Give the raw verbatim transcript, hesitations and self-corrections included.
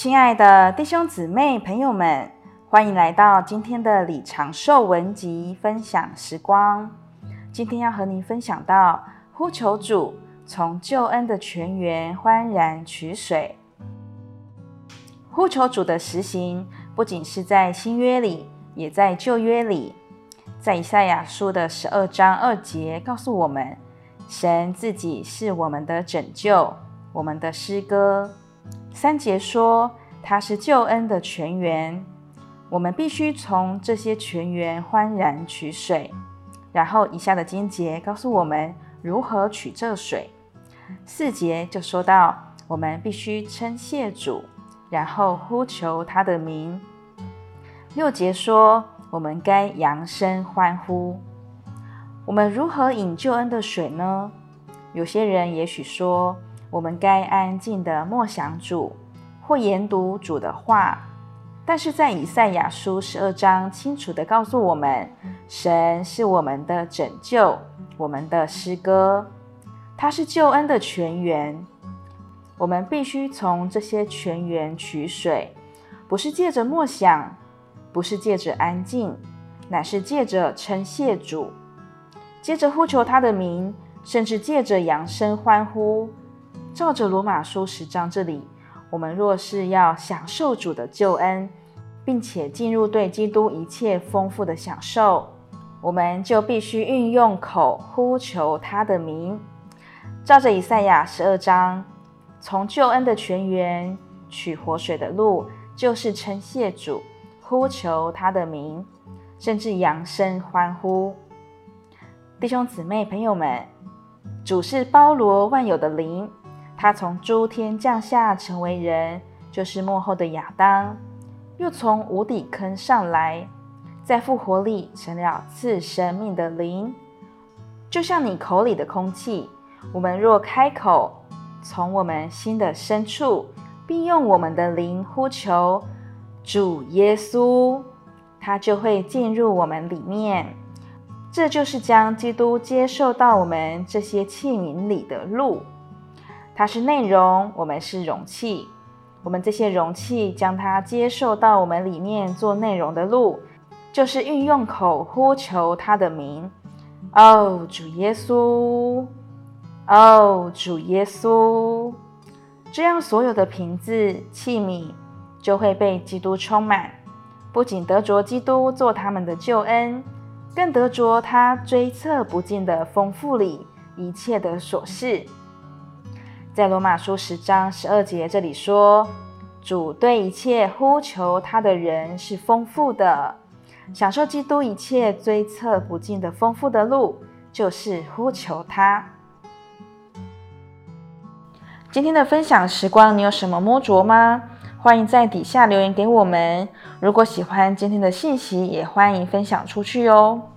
亲爱的弟兄姊妹朋友们，欢迎来到今天的李长寿文集分享时光。今天要和您分享到呼求主，从救恩的泉源欢然取水。呼求主的实行不仅是在新约里，也在旧约里。在以赛亚书的十二章二节告诉我们，神自己是我们的拯救，我们的诗歌。三节说他是救恩的泉源，我们必须从这些泉源欢然取水。然后以下的经节告诉我们如何取这水。四节就说到我们必须称谢主，然后呼求他的名。六节说我们该扬声欢呼。我们如何饮救恩的水呢？有些人也许说我们该安静地默想主，或研读主的话。但是在以赛亚书十二章清楚地告诉我们，神是我们的拯救，我们的诗歌，他是救恩的泉源。我们必须从这些泉源取水，不是借着默想，不是借着安静，乃是借着称谢主，接着呼求他的名，甚至借着扬声欢呼。照着罗马书十章这里，我们若是要享受主的救恩，并且进入对基督一切丰富的享受，我们就必须运用口呼求他的名。照着以赛亚十二章，从救恩的泉源取活水的路，就是称谢主，呼求他的名，甚至扬声欢呼。弟兄姊妹朋友们，主是包罗万有的灵，他从诸天降下成为人，就是末后的亚当，又从无底坑上来，在复活里成了赐生命的灵。就像你口里的空气，我们若开口，从我们心的深处，并用我们的灵呼求主耶稣，他就会进入我们里面。这就是将基督接受到我们这些器皿里的路。它是内容，我们是容器。我们这些容器将它接受到我们里面做内容的路，就是运用口呼求他的名。哦，主耶稣！哦，主耶稣！这样所有的瓶子、器皿就会被基督充满，不仅得着基督做他们的救恩，更得着他追测不尽的丰富里一切的所事。在罗马书十章十二节这里说，主对一切呼求他的人是丰富的，享受基督一切追测不尽的丰富的路，就是呼求他。今天的分享时光，你有什么摸着吗？欢迎在底下留言给我们。如果喜欢今天的信息，也欢迎分享出去哦。